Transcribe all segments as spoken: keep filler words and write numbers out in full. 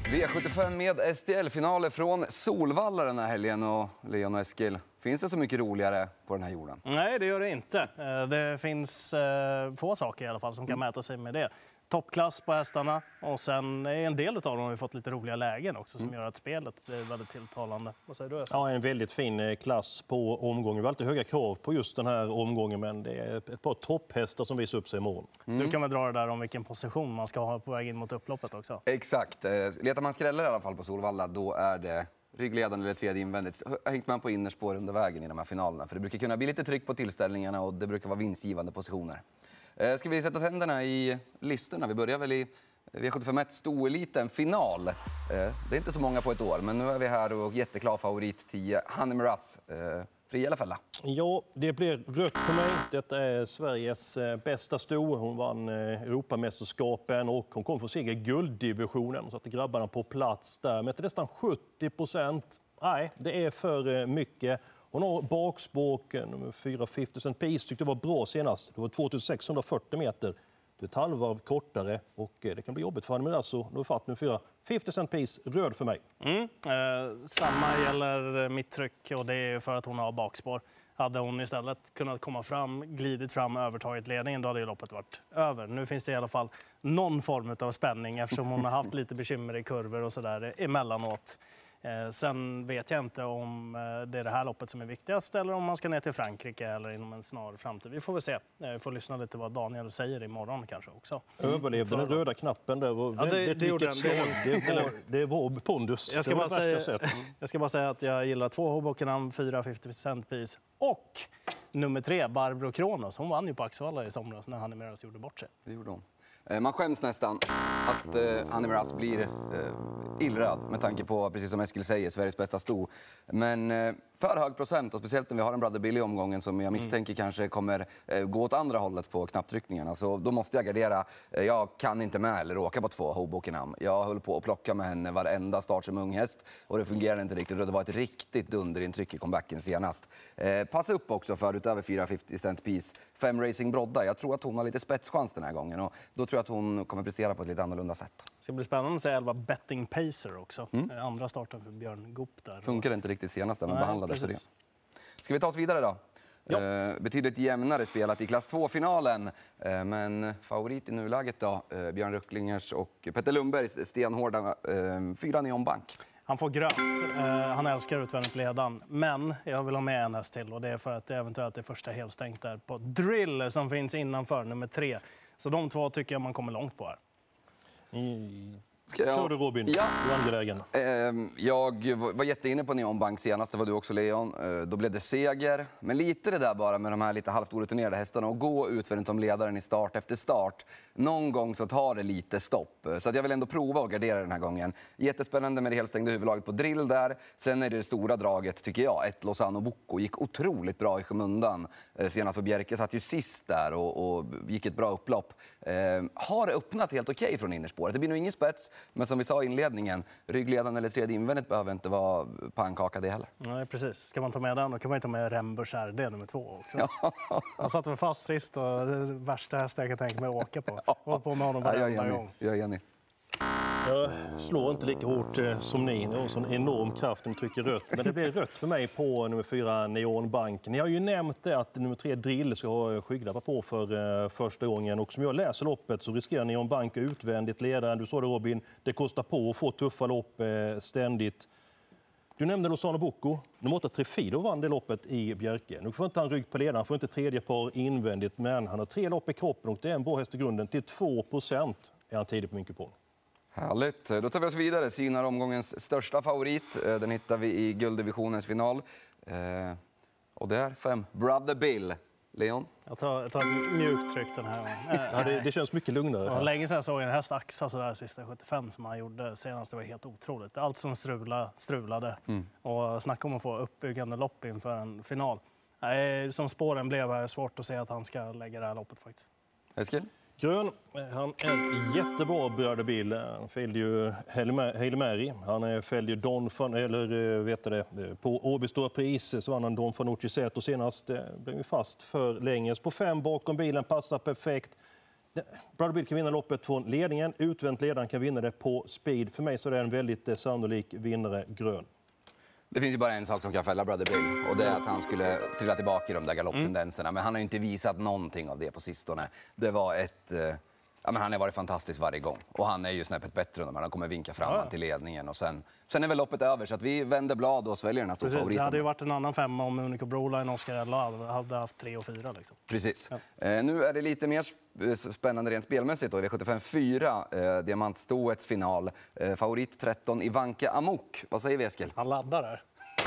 V sjuttiofem med S T L-finaler från Solvalla den här helgen. Och Leon och Eskil, finns det så mycket roligare på den här jorden? Nej, det gör det inte. Det finns eh, få saker i alla fall som kan mäta sig med det. Toppklass på hästarna och sen är en del av dem har vi fått lite roliga lägen också som mm. gör att spelet blir väldigt tilltalande. Vad säger du, Eskil? Ja, en väldigt fin klass på omgången. Vi har alltid höga krav på just den här omgången, men det är ett par topphästar som visar upp sig imorgon. Mm. Du kan väl dra det där om vilken position man ska ha på väg in mot upploppet också? Exakt. Letar man skräller i alla fall på Solvalla, då är det ryggledande eller tredje invändigt. Jag har hängt man på innerspår under vägen i de här finalerna. För det brukar kunna bli lite tryck på tillställningarna och det brukar vara vinstgivande positioner. Ska vi sätta tänderna i listorna? Vi börjar väl i V sjuttiofem stoeliten final. Det är inte så många på ett år, men nu är vi här och jätteklar favorit tio, Honey Miraz. Fri eller fälla? Ja, det blir rött på mig. Detta är Sveriges bästa sto. Hon vann Europamästerskapen och hon kom för seger i gulddivisionen. Så att grabbarna på plats där med nästan sjuttio procent. Nej, det är för mycket. Hon har bakspåken, nummer fyra, femtio cent Piece, tyckte det var bra senast. Det var tvåtusensexhundrafyrtio meter. Det är ett halvvarv kortare och det kan bli jobbigt för Honey Miraz. Så nu är fatt med fyra, femtio cent Piece, röd för mig. Mm. Eh, samma gäller mitt tryck och det är för att hon har bakspår. Hade hon istället kunnat komma fram, glidit fram och övertagit ledningen, då hade ju loppet varit över. Nu finns det i alla fall någon form av spänning eftersom hon har haft lite bekymmer i kurvor och sådär emellanåt. Eh, sen vet jag inte om eh, det är det här loppet som är viktigast eller om man ska ner till Frankrike eller inom en snar framtid. Vi får väl se. Eh, vi får lyssna lite vad Daniel säger imorgon kanske också. Överlevde den röda knappen där. Var ja, det, det, gjorde den. Det, var, det var pondus. Jag ska, det bara var säga, sätt. jag ska bara säga att jag gillar två Hobokenham, fyra femtio cent Piece och nummer tre, Barbro Kronos. Hon vann ju på Axevalla i somras när Honey Miraz gjorde bort sig. Det gjorde hon. Man skäms nästan att eh, Honey Miraz blir eh, illröd med tanke på, precis som Eskil säger, Sveriges bästa sto. Men eh, för hög procent, och speciellt när vi har en Brother Billy omgången som jag misstänker mm. kanske kommer eh, gå åt andra hållet på knapptryckningarna. Så då måste jag gardera. Eh, jag kan inte med eller åka på två Hobokenham. Jag höll på att plocka med henne varenda start som ung häst och det fungerade inte riktigt. Och det var ett riktigt dunderintryck i comebacken senast. Eh, passa upp också för utöver fyra femtio cent Piece, fem Racing Brodda. Jag tror att hon har lite spetschans den här gången och då tror jag att hon kommer prestera på ett lite annorlunda sätt. Det ska bli spännande att se elva Betting Pacer också. Mm. Andra starten för Björn Goop där. Funkar inte riktigt senast när man behandlade efter det. Ska vi ta oss vidare då? Ja. Eh, betydligt jämnare spelat i klass två-finalen. Eh, men favorit i nuläget då, eh, Björn Rucklingers och Petter Lundbergs stenhårda eh, fyra Neon Bank. Han får grönt. Eh, han älskar utvändigt ledan. Men jag vill ha med en häst till och det är för att det eventuellt är första helstängt där på Drill som finns innanför nummer tre. Så de två tycker jag man kommer långt på här. Mm. Ska jag... Så du Robin, ja. du är angelägen. Eh, jag var jätteinne på Neon Bank senast, det var du också Leon. Eh, då blev det seger. Men lite det där bara med de här lite halvt orutinerade hästarna och gå utvändigt om ledaren i start efter start. Någon gång så tar det lite stopp. Så att jag vill ändå prova att gardera den här gången. Jättespännande med det helstängda huvudlaget på Drill där. Sen är det det stora draget tycker jag. Ett Lozano Bocco gick otroligt bra i skymundan. Eh, senast på Bjerke satt ju sist där och, och gick ett bra upplopp. Eh, har öppnat helt okej okay från innerspåret. Det blir nog ingen spets. Men som vi sa i inledningen, ryggledaren eller tredje invändigt behöver inte vara pannkaka det heller. Nej, precis. Ska man ta med den, då kan man ta med Rembers R D nummer två också. Han satt väl fast sist och det värsta häst jag kan tänka mig att åka på. Håll på med honom varenda gång. Jag är enig. Jag slår inte lika hårt eh, som ni. Ni har sån enorm kraft när de trycker rött. Men det blir rött för mig på nummer fyra Neon Bank. Ni har ju nämnt det att nummer tre Drill ska ha skygglappar på för eh, första gången. Och som jag läser loppet så riskerar Neon Bank utvändigt ledaren. Du sa det Robin, det kostar på att få tuffa lopp eh, ständigt. Du nämnde Lozano Bocco. Nummer åtta Trefido vann det loppet i Bjerke. Nu får inte han rygg på ledaren, han får inte tredje par invändigt. Men han har tre lopp i kroppen och det är en bra häst i grunden. Till två procent är han tidig på min kupong. Härligt. Då tar vi oss vidare. Synar omgångens största favorit. Den hittar vi i gulddivisionens final. Och det är fem Brother Bill. Leon? Jag tar, jag tar ett mjukt tryck den här gången. Ja, det, det känns mycket lugnare. Ja, länge sedan såg jag en häst axa så där sista sjuttiofem som han gjorde senast. Det var helt otroligt. Allt som strula, strulade. Mm. Och snacka om att få uppbyggande lopp inför en final. Nej, som spåren blev är det svårt att se att han ska lägga det här loppet faktiskt. Eskil? Grön, han är jättebra Brother Bill. Han fällde ju Hail Mary. Han fällde ju Don Fan, eller vet det, på Åby Stora Pris så vann han Don Fanucci Zet och senast blev vi fast för länge. På fem bakom bilen passar perfekt. Brother Bill kan vinna loppet från ledningen. Utvänt ledaren kan vinna det på speed. För mig så är det en väldigt eh, sannolik vinnare grön. Det finns ju bara en sak som kan fälla Brother Bill, och det är att han skulle trilla tillbaka i de där galopptendenserna. Men han har ju inte visat någonting av det på sistone. Det var ett... Eh, ja, men han har varit fantastisk varje gång. Och han är ju snäppet bättre än han kommer vinka fram ja. till ledningen. Och sen, sen är väl loppet över, så att vi vänder blad och sväljer den här stora favoriten. Det hade ju varit en annan femma om Unico Broline och Oscar Ella hade haft tre och fyra. Liksom. Precis. Ja. Eh, nu är det lite mer spännande rent spelmässigt då, i V sjuttiofem fyra, eh, Diamantstoets final. Eh, favorit tretton, Ivanka Amok. Vad säger vi, Eskil? Han laddar där.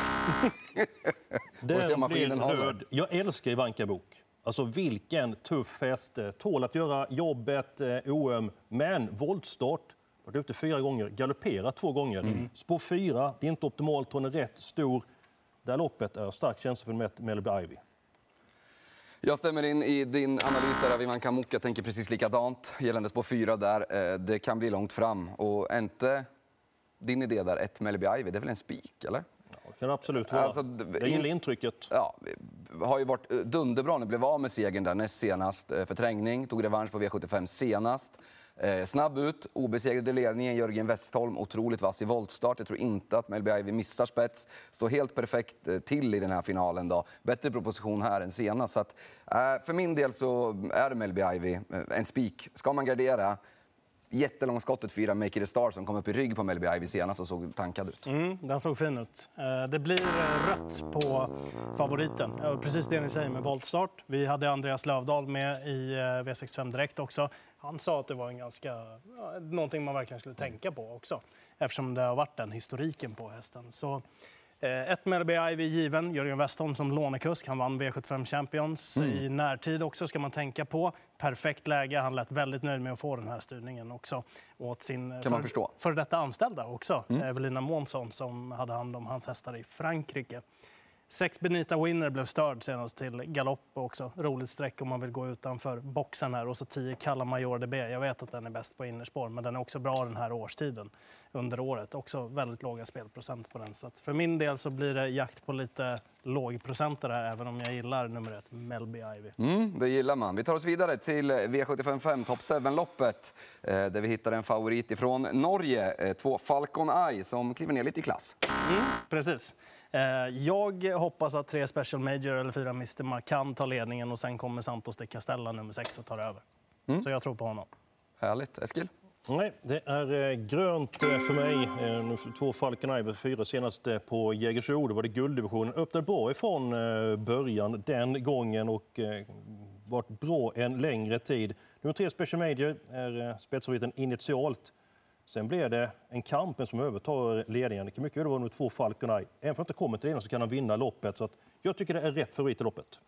Den blir röd. Jag älskar Ivanka Amok. Alltså vilken tuff häst, tål att göra jobbet, O M, men voltstart, varit ute fyra gånger, galopperat två gånger. Mm. Spår fyra, det är inte optimalt, hon är rätt stor. Det här loppet är starkt känsla för Melby Ivy. Jag stämmer in i din analys där av Ivanka Amok. Jag tänker precis likadant gällande spår fyra där. Det kan bli långt fram, och inte din idé där, ett Melby Ivy, det är väl en spik, eller? Det kan absolut vara. Alltså, det gillar intrycket. Ja, har ju varit dunderbra. Nu blev av med segern där näst senast. Förträngning, tog revansch på V sjuttiofem senast. Eh, snabb ut, obesegrade ledningen. Jörgen Westholm, otroligt vass i voltstart. Jag tror inte att Melby Ivy missar spets. Står helt perfekt till i den här finalen då. Bättre proposition här än senast. Så att, eh, för min del så är Melby Ivy en spik. Ska man gardera? Jättelångskottet fyra Make It A Star som kom upp i rygg på Melby Ivy senast och såg tankad ut. Mm, den såg fin ut. Det blir rött på favoriten. Precis det ni säger med voltstart. Vi hade Andreas Lövdahl med i V sextiofem Direkt också. Han sa att det var en ganska, ja, någonting man verkligen skulle tänka på också. Eftersom det har varit den historiken på hästen. Så ett Melby Ivy given. Jörgen Westholm som lånekusk. Han vann V sjuttiofem Champions mm. i närtid också, ska man tänka på. Perfekt läge. Han lät väldigt nöjd med att få den här styrningen också. Åt sin kan man förstå. För detta anställda också. Mm. Evelina Månsson som hade hand om hans hästar i Frankrike. Sex Benita Winner blev störd senast till galopp också. Roligt streck om man vill gå utanför boxen här. Och så tio Kalla Major D B. Jag vet att den är bäst på innerspår, men den är också bra den här årstiden under året. Också väldigt låga spelprocent på den. Så att för min del så blir det jakt på lite lågprocenter här, även om jag gillar nummer ett, Melby Ivy. Mm, det gillar man. Vi tar oss vidare till V sjuttiofem fem Top sju-loppet eh, där vi hittar en favorit ifrån Norge. Eh, två Falcon Eye som kliver ner lite i klass. Mm, precis. Jag hoppas att tre Special Major eller fyra mister Marcan tar ledningen och sen kommer Santos de Castella nummer sex och tar över. Mm. Så jag tror på honom. Härligt. Eskil? Nej, det är grönt för mig. Två Falcon Eye, fyra senast på Jägersro. Det var det gulddivisionen. Öppnade bra ifrån början den gången och varit bra en längre tid. Nummer tre Special Major är spetsfavoriten initialt. Sen blev det en kampen som övertar ledningen. Det kan mycket väl vara nummer två Falcon Eye. Även om han inte kommer till ledningen så kan han vinna loppet. Så att jag tycker det är rätt favorit i loppet.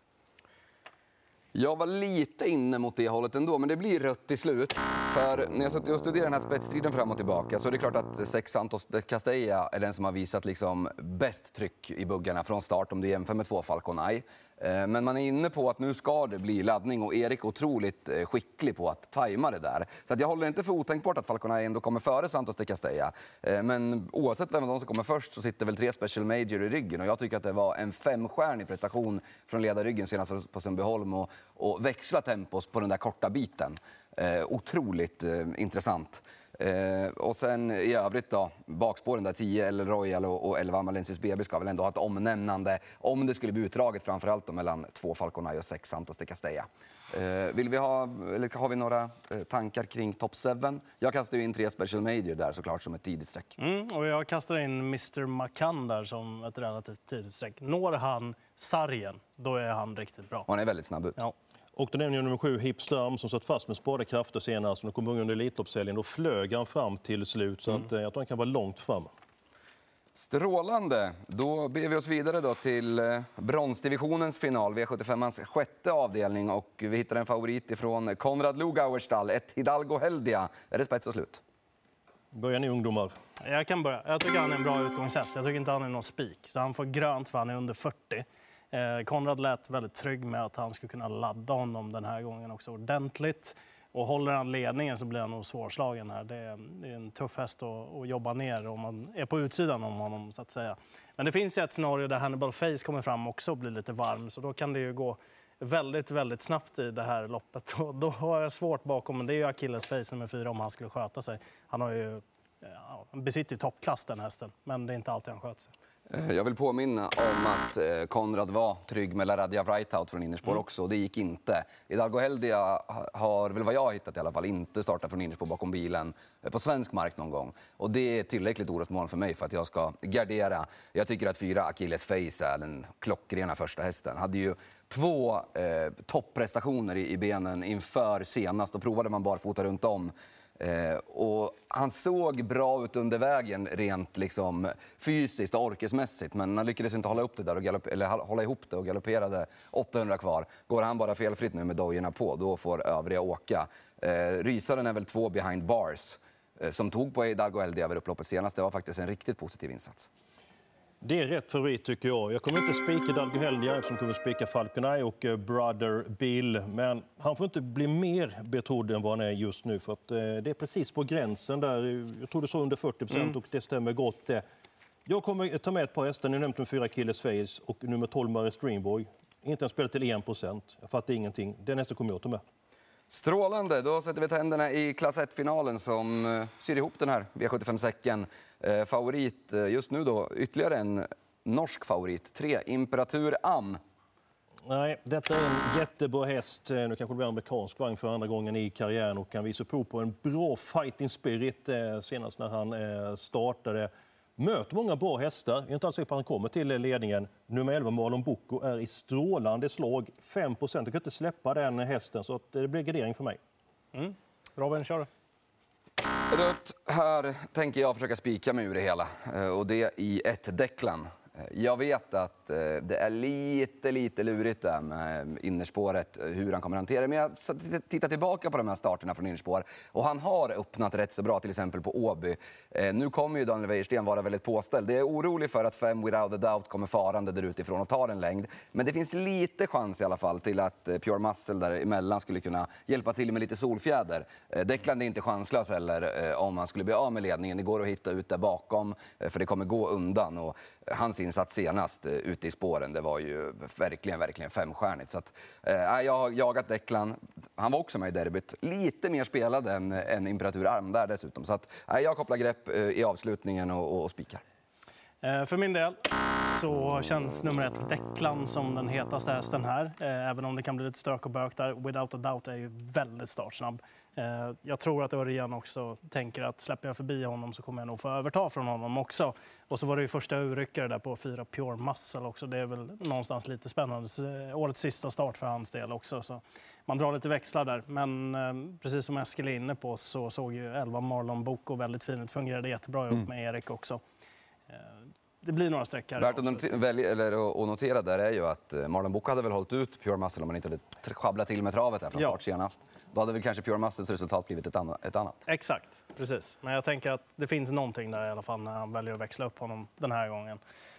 Jag var lite inne mot det hållet ändå, men det blir rött till slut. För när jag satt och studerade den här spetsstriden fram och tillbaka så är det klart att sex Santos de Castella är den som har visat liksom bäst tryck i buggarna från start om du jämför med två Falcon Eye. Men man är inne på att nu ska det bli laddning och Erik är otroligt skicklig på att tajma det där. Så att jag håller inte för otänkbart att Falcon Eye ändå kommer före Santos de Castella. Men oavsett vem av de som kommer först så sitter väl tre Special Major i ryggen. Och jag tycker att det var en femstjärnig prestation från ledarryggen senast på Sundbyholm och, och växla tempos på den där korta biten. Eh, otroligt eh, intressant. Eh, och sen i övrigt då, bakspåren där tio eller Royal och, och elva Amalensis B B ska väl ändå ha ett omnämnande om det skulle bli utdraget framförallt då, mellan två Falcon Eye och sex Santos de Castella. Eh, vill vi ha, eller har vi några eh, tankar kring Top sju? Jag kastar ju in tre Special Major där såklart som ett tidigt streck. Mm, och jag kastar in mister Marcan där som ett relativt tidigt streck. Når han sargen, då är han riktigt bra. Han är väldigt snabb ut. Ja. Och då nämner jag nummer sju, Hipstam, som satt fast med sparade krafter senast. När kom under Elitloppshelgen, då flög han fram till slut. Så mm. att, jag tror han kan vara långt fram. Strålande. Då ber vi oss vidare då till eh, bronsdivisionens final, V sjuttiofemans sjätte avdelning. Och vi hittar en favorit ifrån Konrad Lugauerstall, ett Hidalgo Heldia. Är det spets och slut? Börjar ni ungdomar? Jag kan börja. Jag tycker han är en bra utgångshäst. Jag tycker inte han är någon spik. Så han får grönt för han är under fyrtio. Eh, Konrad lät väldigt trygg med att han skulle kunna ladda honom den här gången också ordentligt. Och håller han ledningen så blir han nog svårslagen här. Det är, det är en tuff häst att, att jobba ner om man är på utsidan om honom så att säga. Men det finns ett scenario där Hannibal Face kommer fram också och blir lite varm. Så då kan det ju gå väldigt, väldigt snabbt i det här loppet. Och då har jag svårt bakom, men det är ju Achilles face nummer fyra om han skulle sköta sig. Han har ju, ja, han besitter ju toppklass den hästen, men det är inte alltid han sköter sig. Jag vill påminna om att Konrad var trygg med Laradja Wrightout från innerspår mm. också. Det gick inte. Hidalgo Heldia har, väl vad jag har hittat i alla fall, inte startat från innerspår bakom bilen på svensk mark någon gång. Och det är tillräckligt orosmoln för mig för att jag ska gardera. Jag tycker att fyra Achilles face är den klockrena första hästen. Hade ju två eh, topprestationer i, i benen inför senast. Då provade man barfota runt om. Eh, och han såg bra ut under vägen rent liksom fysiskt och orkesmässigt, men han lyckades inte hålla upp det där och galopp, eller hålla ihop det och galopperade åttahundra kvar. Går han bara felfritt nu med dojorna på, då får övriga åka. Eh, Rysaren är väl två behind bars eh, som tog på Hidalgo Heldia över upploppet senast. Det var faktiskt en riktigt positiv insats. Det är rätt favorit tycker jag. Jag kommer inte spika Hidalgo Heldia eftersom jag kommer spika Falcon Eye och Brother Bill. Men han får inte bli mer betrodd än vad han är just nu. För att det är precis på gränsen där. Jag tror det så under fyrtio procent mm. och det stämmer gott det. Jag kommer ta med ett par hästar. Nu nämnde de fyra Achilles face och nummer tolv Maris Dreamboy. Inte ens spelat till en procent. Jag fattar ingenting. Den nästa kommer jag ta med. Strålande, då sätter vi tänderna i klass ett-finalen som uh, syr ihop den här V sjuttiofem-säcken. Uh, favorit uh, just nu då, ytterligare en norsk favorit, tre Imperatur Am. Nej, detta är en jättebra häst. Nu kanske det blir amerikansk vagn för andra gången i karriären och kan visa prov på en bra fighting spirit uh, senast när han uh, startade. Möter många bra hästar. Jag är inte alls säker på att han kommer till ledningen. Nummer elva Marlon Bocco är i strålande slag. fem procent. Jag kan inte släppa den hästen så att det blir gardering för mig. Mm. Robin, kör. Rött, här tänker jag försöka spika mig ur det hela. Och det i ett Declan. Jag vet att det är lite, lite lurigt där med innerspåret, hur han kommer att hantera det. Men jag tittar tillbaka på de här starterna från innerspår. Och han har öppnat rätt så bra, till exempel på Åby. Nu kommer ju Daniel Wäjersten vara väldigt påställd. Det är orolig för att fem Without a Doubt kommer farande där utifrån och tar en längd. Men det finns lite chans i alla fall till att Pure Muscle där emellan skulle kunna hjälpa till med lite solfjäder. Declan är inte chanslös heller om han skulle bli av med ledningen. Det går att hitta ut där bakom, för det kommer gå undan. Och hans insats senast uh, ute i spåren, det var ju verkligen, verkligen femstjärnigt. Så att, uh, jag har jagat Declan. Han var också med i derbyt. Lite mer spelad än, än Imperatur Arm där dessutom. Så att, uh, jag kopplar grepp uh, i avslutningen och, och, och spikar. Uh, för min del så känns nummer ett Declan som den hetaste hästen här. Uh, även om det kan bli lite stök och bök där. Without a Doubt är ju väldigt startsnabb. Uh, jag tror att Örjan också tänker att släpper jag förbi honom så kommer jag nog få överta från honom också. Och så var det ju första urryckare där på fyra Pure Muscle också. Det är väl någonstans lite spännande. Årets sista start för hans del också. Så man drar lite växlar där. Men uh, precis som Eskil är inne på så såg ju elva Marlon Bocco väldigt fint ut. Fungerade jättebra ihop med Erik också. Uh, Det blir några sträckor. Värt att, not- välja, eller, att notera där är ju att Marlon Bocco hade väl hållit ut Pure Muscle om man inte hade schabblat till med travet där från start ja. senast. Då hade väl kanske Pure Muscles resultat blivit ett, an- ett annat. Exakt, precis. Men jag tänker att det finns någonting där i alla fall när han väljer att växla upp honom den här gången.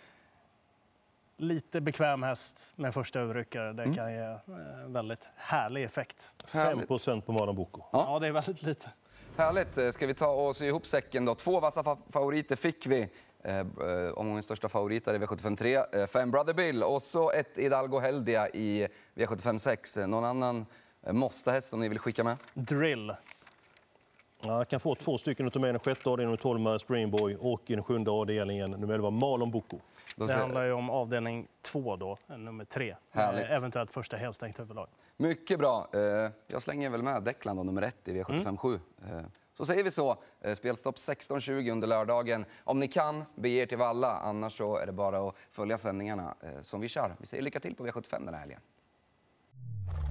Lite bekväm häst med första urryckare. Det mm. kan ge eh, väldigt härlig effekt. fem procent på Marlon Bocco. Ja. ja, det är väldigt lite. Härligt. Ska vi ta oss ihop säcken då? Två vassa fa- favoriter fick vi. Eh, omgångens största favorit är i V sjuttiofem tre, eh, Fem Brother Bill och så ett Hidalgo Heldia i V sjuttiofem sex. Någon annan eh, måste-häst om ni vill skicka med? Drill. Ja, jag kan få två stycken utav mig, den sjätte avdelningen nummer tolv med Springboy och i den sjunde avdelningen nummer elva Marlon Bocco. Det ser... handlar ju om avdelning två då, nummer tre. Härligt. Eventuellt första helstängt överlag. Mycket bra. Eh, jag slänger väl med Declan då, nummer ett i V sjuttiofem sju. Mm. Eh, Så säger vi så. Spelstopp sexton tjugo under lördagen. Om ni kan, bege er till Valla. Annars så är det bara att följa sändningarna som vi kör. Vi säger lycka till på V sjuttiofem den här helgen.